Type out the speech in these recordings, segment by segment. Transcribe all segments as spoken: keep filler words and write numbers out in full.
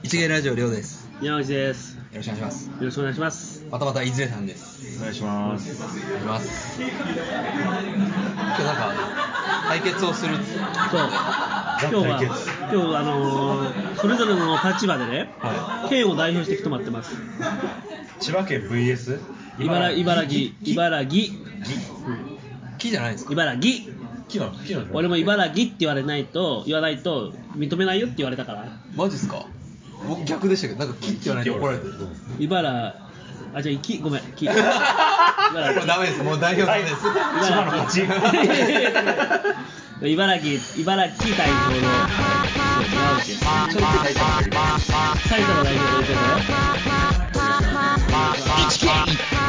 一芸ラジオりょうです。 山内です。 よろしくお願いします。 よろしくお願いします。 またまたいずれさんです。 お願いします。 お願いします。今日なんか対決をする。そう。今日は今日あのー、それぞれの立場でね、はい、県を代表して来てもらってます。 千葉県 ブイエス茨茨城茨城木じゃないですか。 茨城。 木なの木なの。 俺も茨城って言われないと言わないと認めないよって言われたから。 マジっすか。僕逆でしたけど、なんか木って言わないと怒られてる。 茨あじゃあ木ごめん木。 もうダメです。もう代表ダメです。 千葉の勝ち。 茨城茨城代表の山内です。 ちょっと埼玉入ります。 埼玉代表の池田。一芸。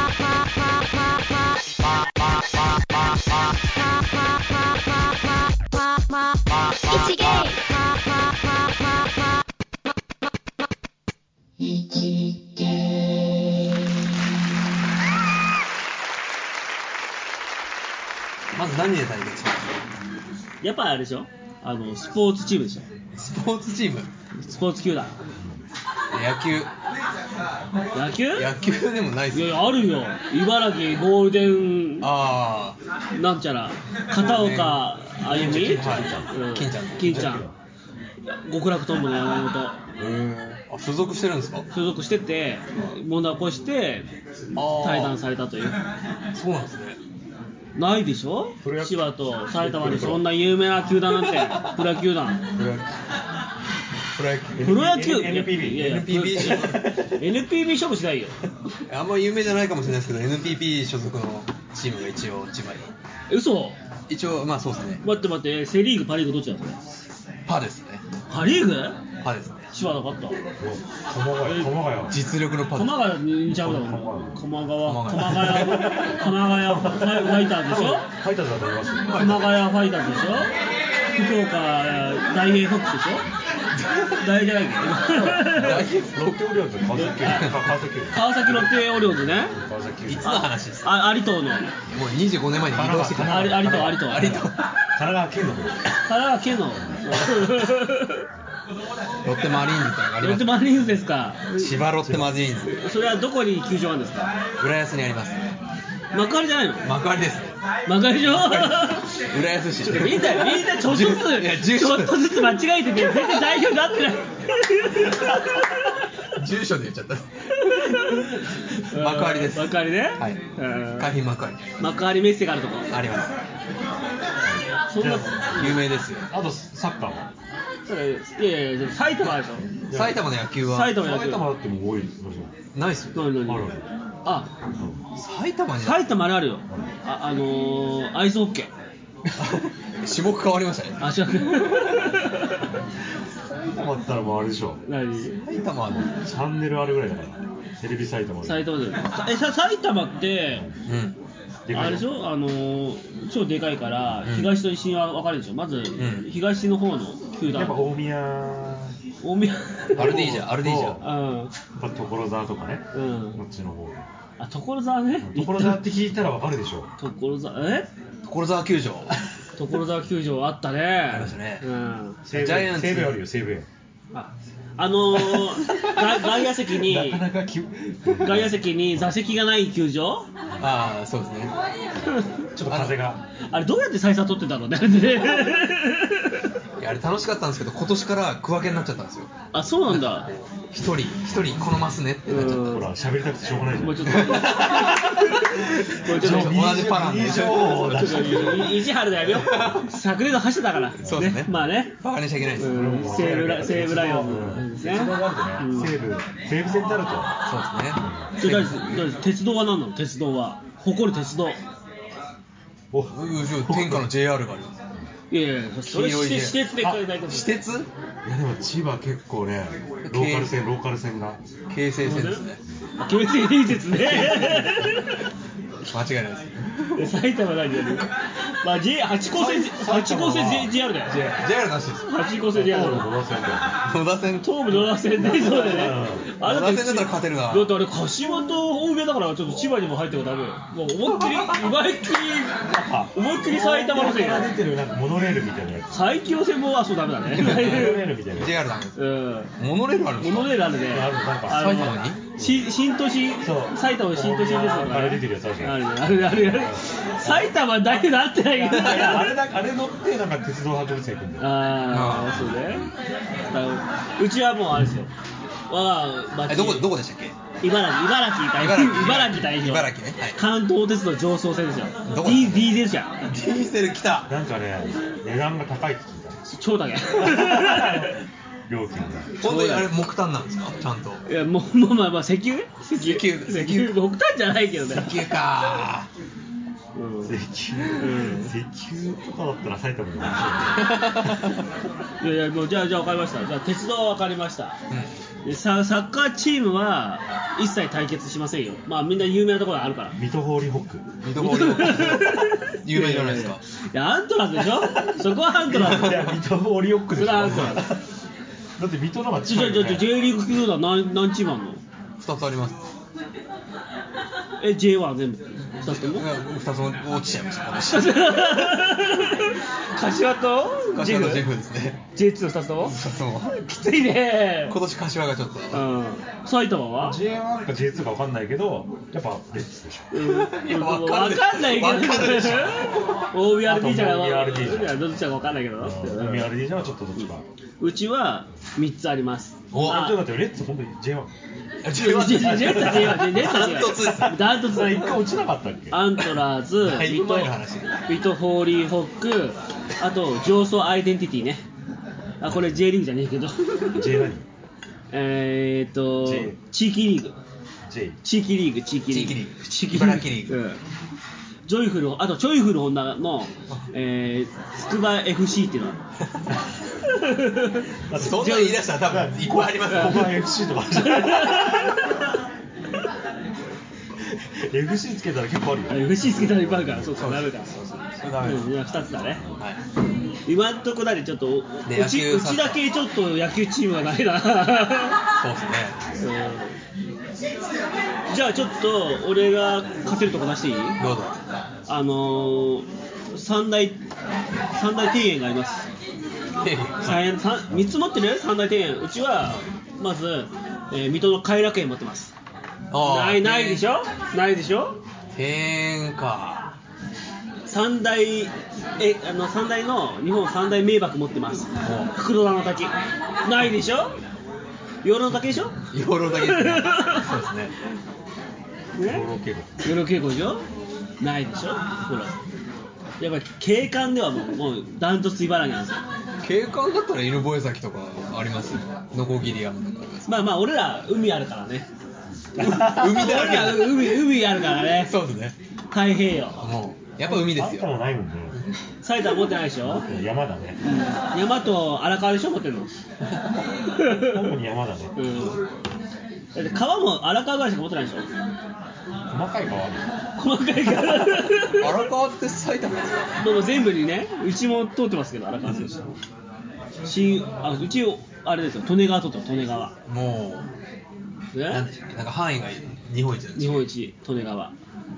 まず何で対決しますか。 やっぱあれでしょ、あのスポーツチームでしょ。 スポーツチーム。 スポーツ球団。 野球。 野球？ 野球でもないっすよ。 いやあるよ。茨城ゴールデン。ああ。なんちゃら片岡あゆみ。 金ちゃん。金ちゃん。 金ちゃん。極楽とんぼの山本。 あ、所属してるんですか。 所属してて問題を起こして退団されたという。 そうなんですね。 ないでしょ。千葉と埼玉にそんな有名な球団なんて。プロ野球団。プロ野球エヌピービーエヌピービー エヌピービー 勝負しないよ。 あんまり有名じゃないかもしれないですけど エヌピービー 所属のチームが一応千葉に。 嘘。 一応まあそうですね。 待って待って、セリーグパリーグどっちだそれ。 パですね。 パリーグ？ パですね。 千葉なかった。 鎌ヶ谷。鎌ヶ谷。 実力のパ。 鎌ヶ谷にちゃうだろ。鎌川。鎌ヶ谷。鎌ヶ谷ファイターズでしょ。 ファイターズだと思います。 鎌ヶ谷ファイターズでしょ。福岡ダイエーフォックスでしょ。大じゃないけど。 ロッテオリオンズ川崎。 川崎ロッテオリオンズね。 いつの話ですか。 あ、有東の。 もうにじゅうごねんまえに移動してきた。 有東有東有東。 神奈川県の。 神奈川県の。 ロッテマリーンズってのがあります。 ロッテマリーンズですか。 千葉ロッテマリーンズ。 それはどこに球場あるんですか。 浦安にあります。 幕張じゃないの。幕張ですね。 幕張でしょ。 浦安市。 みんなみんなちょっとずつちょっとずつ間違えてて全然代表になってない。 住所で言っちゃった。幕張です。 幕張ね。 はい。海浜幕張。 幕張メッセがあるとこ。 あります。 そんな有名ですよ。 あとサッカーは。 それいやいや埼玉でしょ。 埼玉の野球は。 埼玉の野球。 埼玉だってもう多い。 ないっすよ。 何何。あ、 埼玉に。 埼玉あれあるよ。あ、あのー、アイスホッケー。種目変わりましたね。 あ、違う。 埼玉って言ったらもうあれでしょ。 何。 埼玉のチャンネルあるぐらいだから。テレビ埼玉で。 埼玉で。え、さ埼玉って。うん。あれでしょ、あのー、超でかいから、うん、東と西には分かれるでしょ。まず、うん、東の方の球団。 やっぱ大宮。 大宮。 アルディージャ、アルディージャ。 うん。所沢とかね。うん。こっちの方。 あ、所沢ね。 所沢って聞いたら分かるでしょ。 所沢、え？ 所沢球場。 所沢球場あったね。 ありましたね。 うん。 ジャイアンツ。 西武あるよ、西武園。 あ、あのー、外野席になかなかき外野席に座席がない球場。 ああ、そうですね。 ちょっと風があ, あれどうやって採算取ってたのね。 いやあれ楽しかったんですけど今年から区分けになっちゃったんですよ。 あ、そうなんだ。 一人一人好ますねってなっちゃった。 ほら喋りたくてしょうがないじゃん。 もうちょっともうちょっと同じパランで意地張るのやめよう。昨年の走ってたから。 そうですね。 まあね。 バカにしちゃいけないです。 西武ラ西武ライオンズですね。 西武西武線ってあると。そうですね。鉄道は何なの？鉄道は誇る鉄道。 お、天下の ジェイアール がある。 いやいや、それ私鉄で書いてないと。 私鉄？いやでも千葉結構ね、ローカル線ローカル線が京成線ですね。 京成電鉄ね。 間違いないです。 埼玉何やる？ まあ J 八高線八高線 ジェイアール だよ。 ジェイアール なしです。 八高線 ジェイアール。 野田線だよ。 野田線。 東武野田線でそうだよね。 野田線だったら勝てるな。 だってあれ柏と大宮だからちょっと千葉にも入ってもダメよ。もう思いっきり思いっきり思いっきり埼玉の線が出てるなんかモノレールみたいなやつ。 埼京線もあそうダメだね。 モノレールみたいな。 ジェイアール ダメです。 うん。 モノレールあるんですか。 モノレールあるね。 あるなんか埼玉に。新新都心埼玉の新都心ですよね。 あれ出てるやつあるじゃん。 あるあるあるある。埼玉だけなってないけど。 いやあれだあれ乗ってなんか鉄道博物館行くんだよ。 ああそうね。うちはもうあれですよ。わあえどこどこでしたっけ。 茨城茨城代表茨城代表茨城ね、はい、 関東鉄道常総線ですよ。 どこ D ディーゼル車。 ディーゼル来た。 なんかね値段が高いって聞いた。 超高い。 料金が。 本当にあれ木炭なんですかちゃんと。 いやもうもうまあまあ石油ね。 石油石油木炭じゃないけどね。 石油かうん、石油、うん、石油とかだったら埼玉でも面白い。 いやいやもうじゃあじゃあ分かりました。じゃあ鉄道は分かりました。うん、でササッカーチームは一切対決しませんよ。まあみんな有名なところがあるから。 水戸ホーリーホック。 水戸ホーリーホック。有名じゃないですか。 いやアントラーズでしょ。そこはアントラーズ。 いや水戸ホーリーホックでしょ。 それはアントラーズ。 だって水戸の方が近いよね。じゃあじゃあ J リーグ球団何何チームあるの？ ふたつあります。 え ジェイワン 全部ふたつとも？ ふたつも落ちちゃいました。 柏と柏とジェフですね。 ジェイツー のふたつとも？ ふたつとも。 きついね。 今年柏がちょっと。 うん。埼玉はジェイワン か ジェイツー か分かんないけどやっぱレッツでしょ。 うん、いや分かんないけど。オービーアールディー じゃない。 オービーアールディー じゃん。 どっちか分かんないけど。オービーアールディー じゃはちょっとどっちか。 うちはみっつあります。 おあ、ちょっと待って、レッツ本当に ジェイワン。 ジェイワン ジェイワン ジェイワン ジェイワンダントツです。ダントツ。 一回落ちなかったっけ？ アントラーズ、水戸、水戸ホーリーホック、あと上層アイデンティティね。あこれ J リーグじゃねえけど。 J 何？ えーっと地域リーグ。 J。 地域リーグ地域リーグ。 地域リーグ。茨城リーグ。 うんジョイフル、あとジョイフルホンダの、えー、つくば エフシー っていうのはそんな言い出したら多分いっぱいありますよ。 ここは エフシー とかエフシー つけたら結構あるよ。 エフシー つけたらいっぱいあるからそうそうダメだ。 それダメ。 うん、ふたつだね。 はい。 今んとこだけちょっとうちうちだけちょっと野球チームがないな。 そうですね。 うん、じゃあちょっと俺が勝てるとこ出していい？ どうぞ。 あのー、三大三大庭園があります。みっつ持ってる？三大庭園。うちはまず、えー、水戸の偕楽園持ってます。ないないでしょ？ないでしょ？ 庭園か。 三大えあの三大の日本三大名瀑持ってます。袋田の滝。ないでしょ？養老の滝でしょ？ 養老の滝ですね。そうですね。 養老渓谷。養老渓谷でしょ？ないでしょ？ほら。やっぱり景観ではもうもうダントツ茨城なんですよ。 景観だったら犬吠埼とかありますよ。ノコギリ山とか。 まあまあ俺ら海あるからね。 海だらけ。 海海あるからね。 そうですね。 太平洋。 もうやっぱ海ですよ。 埼玉ないもんね。 埼玉持ってないでしょ。 山だね。 うん、山と荒川でしょ持ってるの。 主に山だね。 うん。だって川も荒川ぐらいしか持ってないでしょ。 細かい川。 細かい川。 荒川って埼玉ですか。 もう全部にね、うちも通ってますけど荒川選手。しあうちあれですよ、利根川通ってます。利根川。 もう。ね、なんでしょうね。なんか範囲が日本一なんです。 日本一利根川。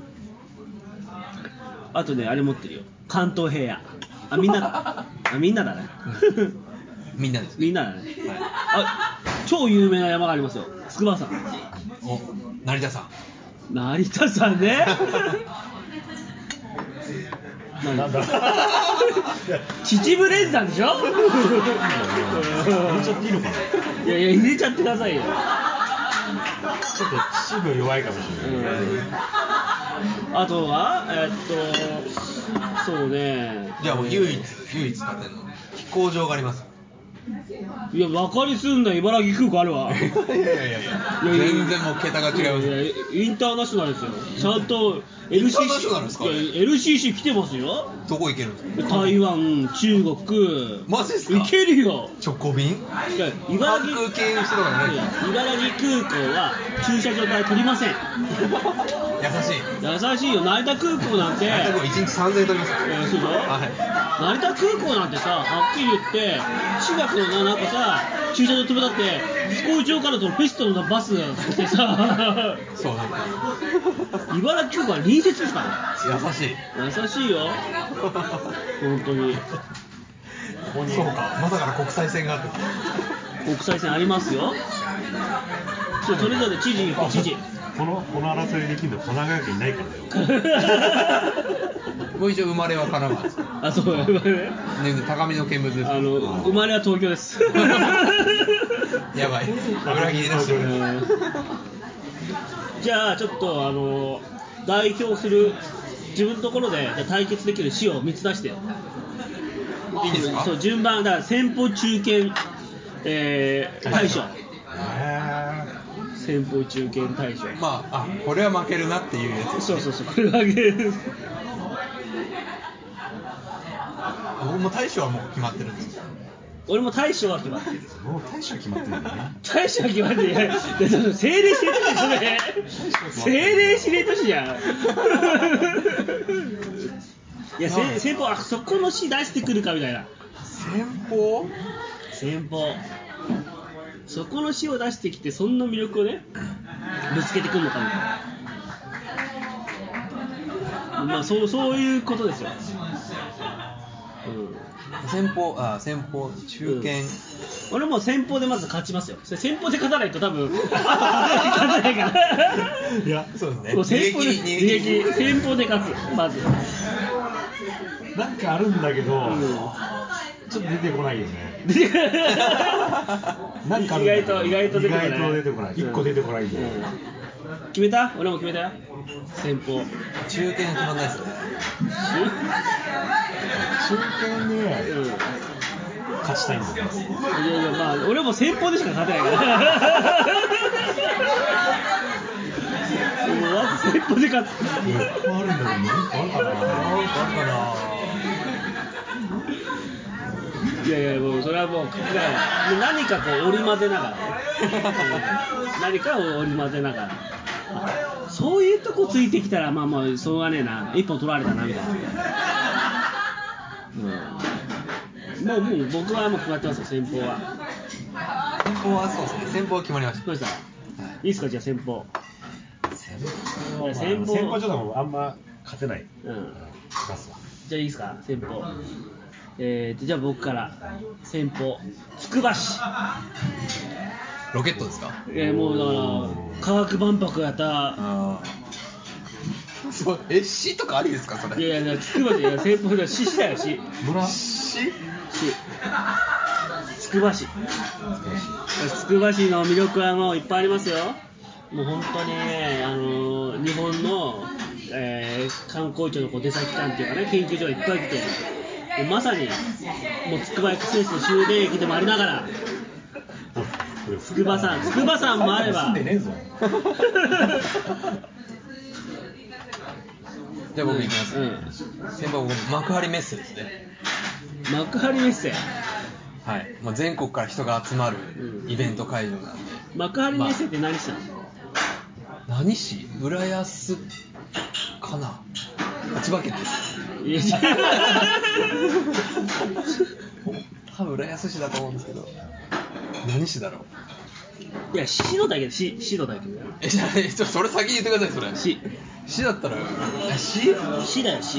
あとねあれ持ってるよ。関東平野。あみんなだ。あみんなだね。 うん、みんなです。 みんなだね。はい、あ超有名な山がありますよ。筑波山。 お成田山。 成田山ね。 なんだ。 秩父連山でしょ。 入れちゃっていいのかな。 いやいや入れちゃってくださいよ。 ちょっと秩父弱いかもしれない。うん、 あとはえー、っとそうね。 じゃあもう唯一唯一勝てるの飛行場があります。 いや、バカにすんな、茨城空港あるわ。 いやいやいやいや、全然もう桁が違います。 いやいやインターナショナルですよ。ちゃんと エルシーシーインターナショナルですか？ いや エルシーシー 来てますよ。 どこ行けるんですか？ 台湾、中国。 マジですか？ 行けるよ。 直行便？ いや茨城航空経由してとかじゃないですか？ 茨城空港は駐車場代取りません。 優しい。 優しいよ。成田空港なんて。 成田空港いちにちさんぜんえん取ります。 えー、そうでしょ、 はい、 成田空港なんてさ、はっきり言って中学のな、なんかさ、駐車場止めたって飛行場からとペストのバスが来てさそうなんだ。 茨城空港は隣接ですから。 優しい。 優しいよ本当に。 そうか、まさかの国際線があって。 国際線ありますよ。それぞれ知事に知事このこの争いできるの神奈川県いないからだよ。 もう一応生まれは神奈川です。 あ、そう、生まれね。 ね、高みの見物です。 あの生まれは東京です。 やばい。裏切り出してる。 じゃあちょっとあの代表する自分のところで対決できる市をみっつ出してよ。 いいんですか？ そう順番だから先鋒中堅、えー、大将。先鋒中堅大将。 まあ、あ、これは負けるなっていうやつですね。 そうそうそう、これは負ける。 僕も大将はもう決まってるんですよ。 俺も大将は決まってる。 もう大将決まってるんだね。 大将は決まってる。いや、政令指令都市それ。政令指令都市じゃん。いや、先鋒、あそこの市出してくるかみたいな。 先鋒？ 先鋒。そこの市を出してきて、そんな魅力をね、ぶつけてくるのかみたいな。まあ、そう、そういうことですよ。うん、 先鋒、あ、先鋒、中堅、うん、 俺も先鋒でまず勝ちますよ。先鋒で勝たないと多分勝てないから。 いや、 そうですね。 もう先鋒で逃げ切り、先鋒で勝つまず。 なんかあるんだけど、うん、ちょっと出てこないよね。なんかあるんだけど意外と意外と出てこない。 意外と出てこない。一個出てこないんで、うんうん。 決めた？俺も決めたよ。先鋒。 中堅決まんないですよね。 中堅で、うん、勝ちたいんだよ。 いやいや、まあ俺も先鋒でしか勝てないから。もうまず先鋒で勝つ。 いっぱいあるんだけど、何かあるかな。 何かあるかな。 いやいや、もうそれはもう何かこう織り交ぜながらね。何かを織り交ぜながら。そういうとこついてきたら、まあまあしょうがねえな、一本取られたなみたいな。うん、もうもう僕はもう決まってますよ、先鋒は。 先鋒はそうですね。先鋒は決まりました。 どうした？はい、いいですか、じゃあ先鋒。 先鋒は、先鋒、先鋒ちょっともうあんま勝てない。うん。 じゃあいいですか、先鋒。えー、じゃあ僕から先鋒、つくば市。 ロケットですか？ えー、もうだから科学万博やった。あそう、え、市とかありですかそれ？ いやいや、つくば市、いや先鋒だ、市したよ、市。 村？市？市。 つくば市。つくば市の魅力はもういっぱいありますよ。もう本当にね、あのー、日本の、えー、観光庁のこう出先機関っていうかね、研究所がいっぱい来て、まさにもうつくばエクスプレスの終電駅でもありながら、筑波山、筑波山もあれば。 住んでねえぞ。 じゃあ僕行きます。うん、先輩、幕張メッセですね。 幕張メッセ。 はい。もう全国から人が集まるイベント会場なんで。 うん、幕張メッセって何市なの？ まあ、何市？浦安かな。千葉県です。いや多分浦安市だと思うんですけど。何市だろう。 いや、市のだけど、市、市のだけど。 え、じゃあ、ちょっとそれ先に言ってください、それ。 市。 市だったら、市？ 市だよ、市。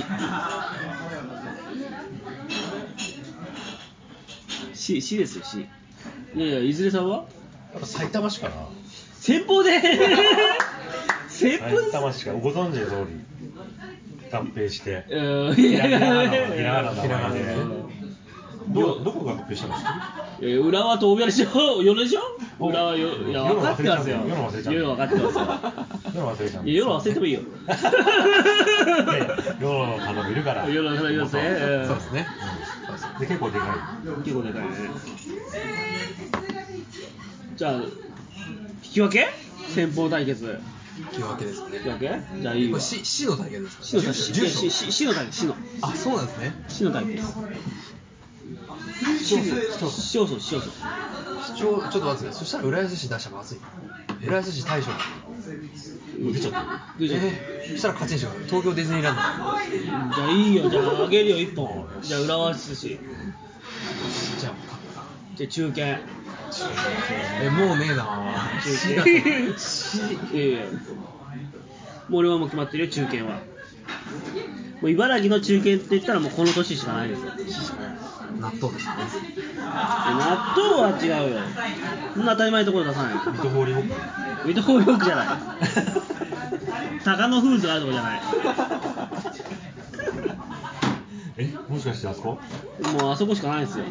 市、市ですよ、市。いやいや、いずれさんは？ やっぱ埼玉市かな。 先鋒で先鋒で埼玉市か、ご存知の通り合併して。 うん、いやいやいやひらがなの名前で。ど, どこが合併したんですか？ えー、浦和と大宮でしょ、夜でしょ。浦和よ、いや分かってますよ。 夜忘れちゃう。 夜分かってますよ。 夜忘れちゃう。 いや夜忘れてもいいよ。 夜の花もいるから。 夜の花いますね。 そうですね。 で結構でかい。 結構でかいね。 じゃあ引き分け？先鋒対決。 引き分けですね。 引き分け？じゃあいいわ。 これ死死の対決ですか？ 死の対決。 住所死死の対決。死の。 あ、そうなんですね。 死の対決。市町村市町村。 市長ちょっと待ってください。そしたら浦安市出したらまずい。浦安市大将。 もう出ちゃった出ちゃった。 えー、そしたら勝ちにしよう。東京ディズニーランド。 じゃあいいよ。じゃああげるよ一本。じゃあ浦和市。 じゃあじゃあ中堅。 え、もうねえな。 中堅。いやいや。もう俺はもう決まってるよ、中堅は。もう茨城の中堅って言ったらもうこの年しかないですよ。 納豆ですね。 納豆は違うよ。そんな当たり前のところ出さない。 水戸ホーリーホック。 水戸ホーリーホックじゃない。高野フーズがあるとこじゃない。 え、もしかしてあそこ？ もうあそこしかないですよ。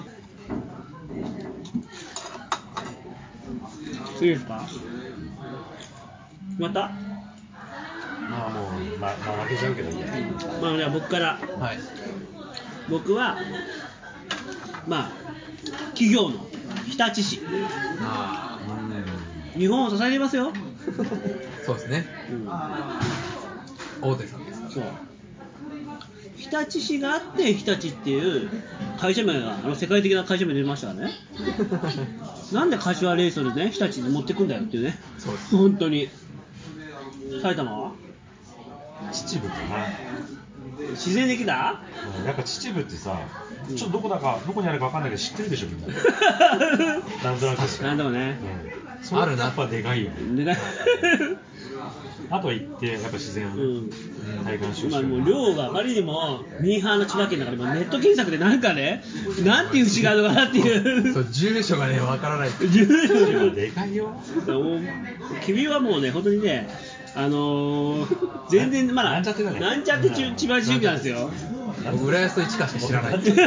いいですか？また？ まあもう、ま、まあ負けちゃうけどいいや。 まあじゃあ僕から。 はい。 僕はまあ企業の日立市。 ああ、日本を支えていますよ。 そうですね。 うん、 大手さんです。 そう。日立市があって日立っていう会社名があの世界的な会社名出ましたからね。なんで柏レイソルね日立に持ってくんだよっていうね。 そうです。 本当に。埼玉は？ 秩父かな。 自然できた？ やっぱ秩父ってさ、ちょっとどこだかどこにあるか分かんないけど知ってるでしょみんな。なんとなく。 なんでもね。 うん、あるな。やっぱでかいよね。 でかい。 あとは行ってやっぱ自然をね、うん、体感しよう。 今もう量があまりにもミーハーの千葉県だから今ネット検索でなんかね、なんていう牛があるのかなっていう。 そう住所がね分からない。 住所でかいよ。 君はもうね本当にね。あのー、全然まだなんちゃってだね。 なんちゃって千葉地域なんですよ。 僕浦安と市川しか知らない。そうです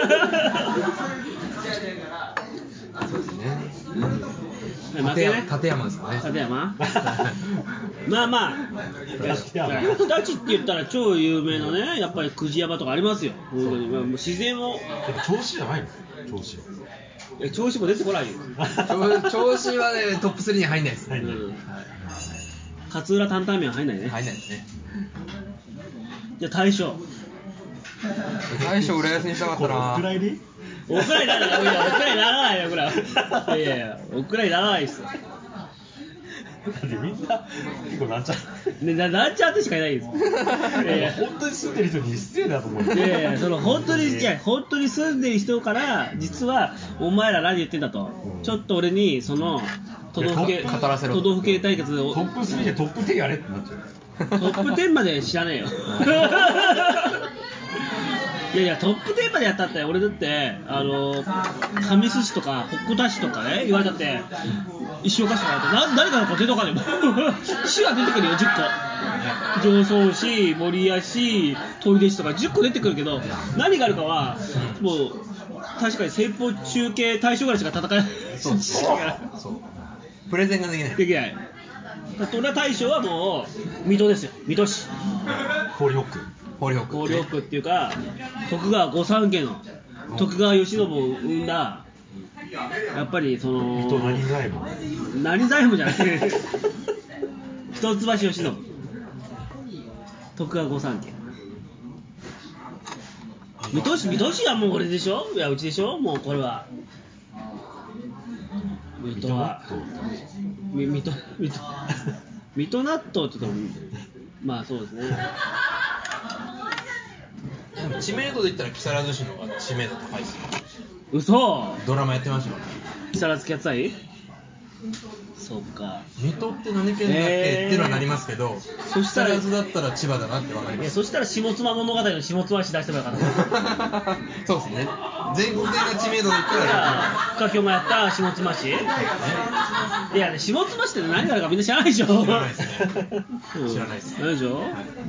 ね。立山、立山ですかね。 立山。まあまあ。日立って言ったら超有名なね、やっぱり久慈山とかありますよ。本当に、まあ、もう自然を。 銚子じゃないの？銚子。 え、銚子も出てこないよ。 銚子はねトップスリーに入んないです。 入んない。 うん、勝浦担々麺は入んないね。 入んないですね。 じゃあ大将。 大将浦安にしたかったな。 お蔵入り？ お蔵入りならない。お蔵入りならないよ、これ。いやいや、お蔵入りならないですよ。 だってみんな結構なんちゃってね、な, なんちゃってしかいないです。いやいや本当に住んでる人に失礼だと思う。 いやいや、その本当にいや本当に住んでる人から実はお前ら何言ってんだと、うん、ちょっと俺にその都道府県都道府県対決をトップスリーでトップテンやれってなっちゃう。 トップテンまで知らねえよ。いやいやトップテンまでやったって俺だってあの神栖市とか北古田市とかね言われたって石岡市とかだって誰かのか出てこないもん。市が出てくるよじゅっこ。常総市、守谷市、取手市とかじゅっこ出てくるけど何があるかはもう確かに先方中継対象ぐらいしか戦えない。 そうそうプレゼンができない。 できない。だって俺は大将はもう水戸ですよ。水戸市。 ホーリーホック。 ホーリーホック。 ホーリーホックっていうか徳川御三家の徳川慶喜を生んだやっぱりその水戸何財務？ 何財務じゃない。一橋慶喜。徳川御三家。水戸市水戸市はもう俺でしょ。いやうちでしょ。もうこれは。水戸は水戸水戸水戸納豆って言ったらまあそうですね。 でも知名度で言ったら木更津市の方が知名度高いですよ。 嘘。 ドラマやってましたから。 木更津キャッツアイ。そうか。 水戸って何県だっけ、えー、っていうのはなりますけど、そしたら木更津だったら千葉だなって分かります。 そしたら下妻物語の下妻市出してもよかった。 そうですね。全国的な知名度で言ったら深京もやった下妻市。いやね下妻市って何があるかみんな知らないでしょ。 知らないですね。うん、知らないです。 ないでしょ。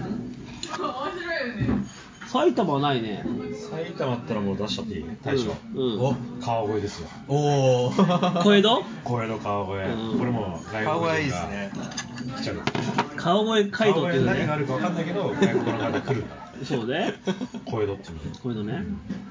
埼玉はないね。 埼玉だったらもう出しちゃっていい？大将。 うん。 お、川越ですよ。 おお。小江戸？ 小江戸川越。うん、これも川越いいですね。 来ちゃう。 川越街道っていうね。 何があるか分かんないけど外国の方来るんだ。 そうね。 小江戸っていうの。 小江戸ね。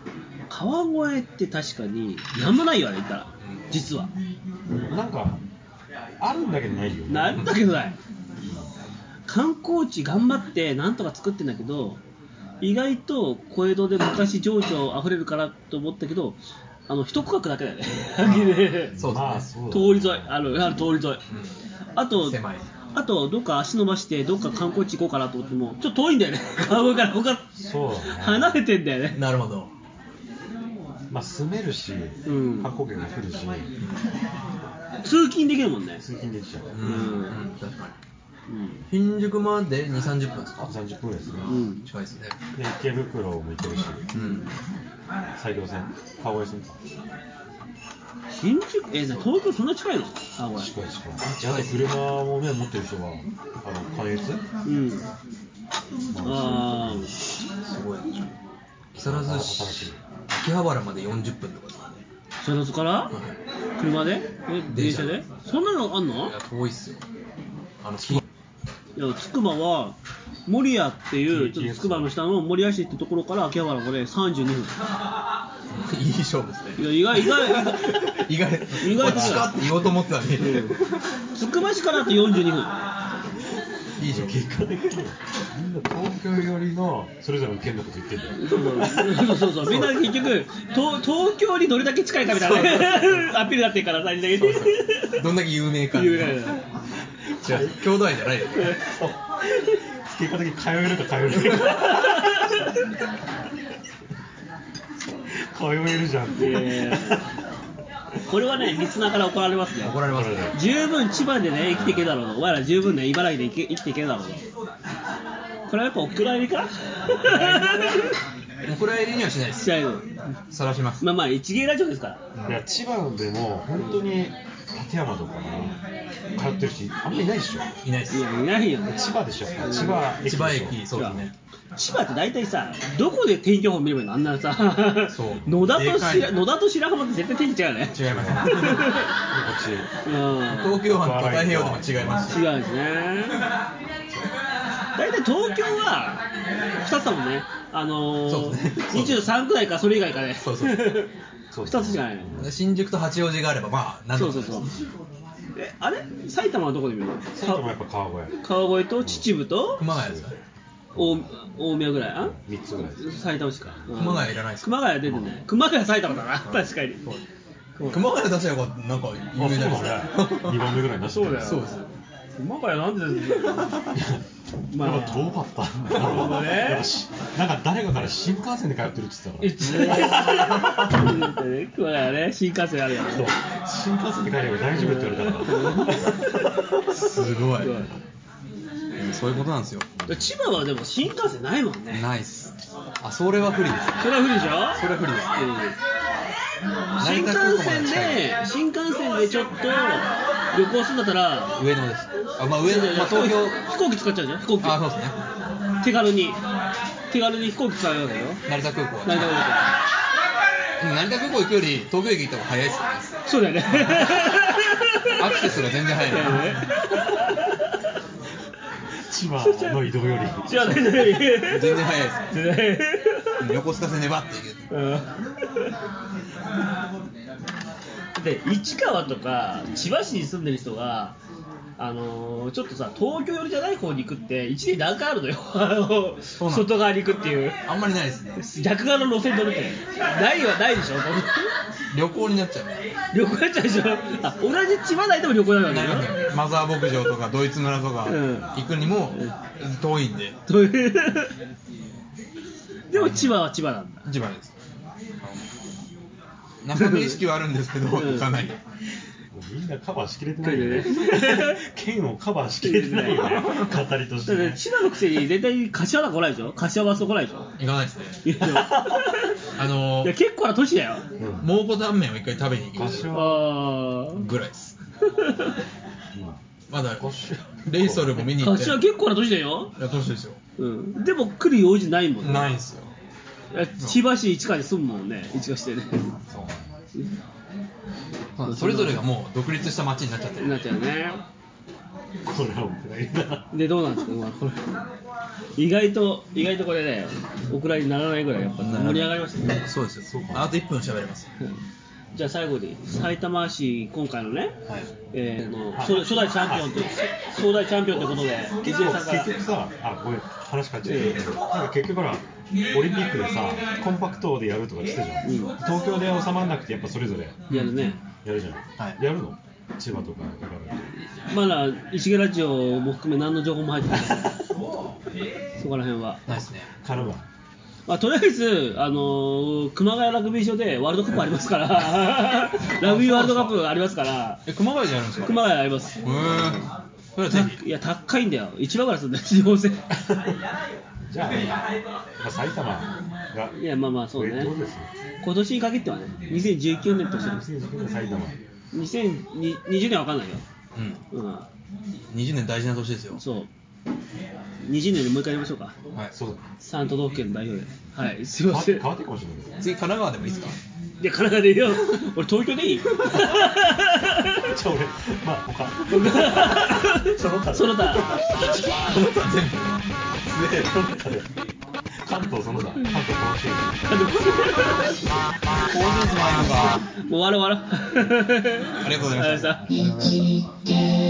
川越って確かになんもないよあれ言ったら実はなんかあるんだけどないよね。 なんだけどない観光地頑張ってなんとか作ってんだけど意外と小江戸で昔情緒あふれるからと思ったけどあの一区画だけだよねそうまあですね。 通り沿いあるある通り沿い、うん、あと狭い。 あとどっか足伸ばしてどっか観光地行こうかなと思ってもちょっと遠いんだよね川越からここがそうだね。 離れてんだよね。 なるほど。 まあ住めるし、 うん観光客が来るし、 通勤できるもんね。 通勤できちゃう。 うん、うん、確かに。うん、新宿までに、さんじゅっぷんですか？ さんじゅっぷんですね。 うん、 近いですね。 で池袋も行けるし、 うん、 埼京線、川越線か。 新宿え東京そんな近いの？あこれ。 近い近い。あと車もね持ってる人はあの関越？ うん。ああすごい。木更津市、秋葉原までよんじゅっぷんとかですかね。 木更津から？はい、車で？え電車で？そんなのあんの？ いや遠いっすよ。あのいやつくばは守谷っていうちょっとつくばの下の守谷市ってところから秋葉原までさんじゅうにふん。 いい勝負ですね。 いや意外意外意外意外と近って言おうと思ってたのに。 つくば市からだとよんじゅうにふん。 いいじゃん。 結果的にみんな東京寄りのそれぞれの県のこと言ってんだよ。 そうそうそうみんな結局東東京にどれだけ近いかみたいなアピールになってるから最終的に。 そうそうどんだけ有名か。 有名だ。 違う兄弟じゃないよ。 結果的に通えるか通えないか。通えるじゃんって。 えーこれはね、リスナーから怒られますね。 怒られますね。 十分千葉でね、生きていけるだろう。お前ら十分ね、茨城で生き、生きていけるだろう。これはやっぱお蔵入りかお蔵入りにはしないです。 しないの。 晒します。 まあまあ、一芸ラジオですから。 いや、千葉でも本当に館山とか通ってるし、あんまりいないでしょ。 いないです。 いや、いないよ。 千葉でしょ。千葉駅でしょ。 千葉駅、そうですね。 千葉って大体さ、どこで天気予報見ればいいの？あんなさ、 そう野田とでかい白野田と白浜って絶対天気違うよね。 違います。 こっち。 うん東京湾と太平洋でも違いますし。 違うんですね。大体東京はふたつだもんね。あのーそうですねにじゅうさんくらいかそれ以外かね。 そうそうふたつしかないの。 新宿と八王子があればまあなんとかそうそうそう。え、あれ埼玉はどこで見るの？ 埼玉はやっぱ川越。 川越と秩父と熊谷ですか？ 大大宮ぐらい？あ？ みっつぐらいです。 埼玉市か。うん熊谷いらないですか？ 熊谷出てない。熊谷埼玉だな。確かに。 熊谷出せばなんか有名じゃないですか。 にばんめぐらいになっちゃった。 そうです。熊谷なんでですか。 まあ遠かったんだ。 なるほどね。 なんかしなんか誰かから新幹線で通ってるって言ってたから。 熊谷ね、新幹線あるよね。 そう新幹線で帰れば大丈夫って言われたから。 すごい。そういうことなんですよ。 千葉はでも新幹線ないもんね。 ないっす。あ、それは不利です。 それは不利でしょ？ それは不利です。 新幹線で新幹線でちょっと旅行するんだったら上野です。あ、まあ上野、まあ東京飛行機使っちゃうじゃん。飛行機。 あ、そうですね。 手軽に手軽に飛行機使うわけよ。 成田空港は。 成田空港。 成田空港行くより東京駅行った方が早いですよね。 そうだよね。 アクセスが全然早いね。 千葉の移動より。 千葉の移動より全然早いです。 全然横須賀線でバッて行ける。 うんで市川とか千葉市に住んでる人が、あのー、ちょっとさ東京寄りじゃない方に行くって一理何回あるのよ。あの外側に行くっていうあんまりないですね。 逆側の路線乗るってないはないでしょ。 旅行になっちゃう。 旅行になっちゃうでしょ。あ、同じ千葉内でも旅行になるわけなりでしょ。 ますよ。マザー牧場とかドイツ村とか行くにも遠いんで。 というでも千葉は千葉なんだ。 千葉です。中の意識はあるんですけど、行かない。 みんなカバーしきれてないよね。県をカバーしきれてないよね。語りとして、ね。 千葉のくせに絶対柏なんか来ないでしょ。柏バスと来ないでしょ。 行かないですね。 いやあのー、 いや結構な都市だよ。 蒙古タンメンを一回食べに行きましたぐらいです。まだレイソルも見に行って。 柏結構な都市だよ。 いや都市ですよ。 うん。でも来る用事ないもんね。 ないんですよ。 千葉市市川に住むもんね。市川してね。 そう。それぞれがもう独立した町になっちゃってる。 なっちゃうね。 これは僕がいいな。 でどうなんですか今これ。 意外と意外とこれねお蔵にならないぐらいやっぱ盛り上がりましたね。 そうですよ。あといっぷん喋れます。 じゃあ最後に埼玉市今回のね、 はい、 えー、の初, 初代チャンピオンと初代チャンピオンということで結局結局さあごめん話変わっちゃうけど、えー、なんか結局ほらオリンピックでさコンパクトでやるとかしてたじゃん、うん、東京で収まらなくてやっぱそれぞれやるねやるじゃん、はい、やるの千葉とか茨城まだ石毛ラジオも含め何の情報も入ってないそこら辺はないですね。 からはまあ、とりあえず、あのー、熊谷ラグビー場でワールドカップありますからラグビーワールドカップありますからえ熊谷でやるんですか。 熊谷あります。 へーそれはぜひ。 いや高いんだよいちばんぐらいするんだよ地方戦じゃあ、まあ、埼玉がいやまあまあそうね今年に限ってはねにせんじゅうきゅうねんとしてるにせんじゅうきゅうねん埼玉にせんにじゅうねんは分かんないよ、 うんうん、にじゅうねん大事な年ですよ。 そうにじゅうねんでもう一回やりましょうか。 はい、そうだ。 さん都道府県代表で。はい、すいません。 変わってかもしれない。 次神奈川でもいいですか。 いや神奈川でいいよ。俺東京でいい。じゃあ俺まあ他。その他。 その他。 その他全部。その他で。関東その他。関東甲信。関東甲信。 甲信越もあるのか。 もう終わる終わる。 ありがとうございました。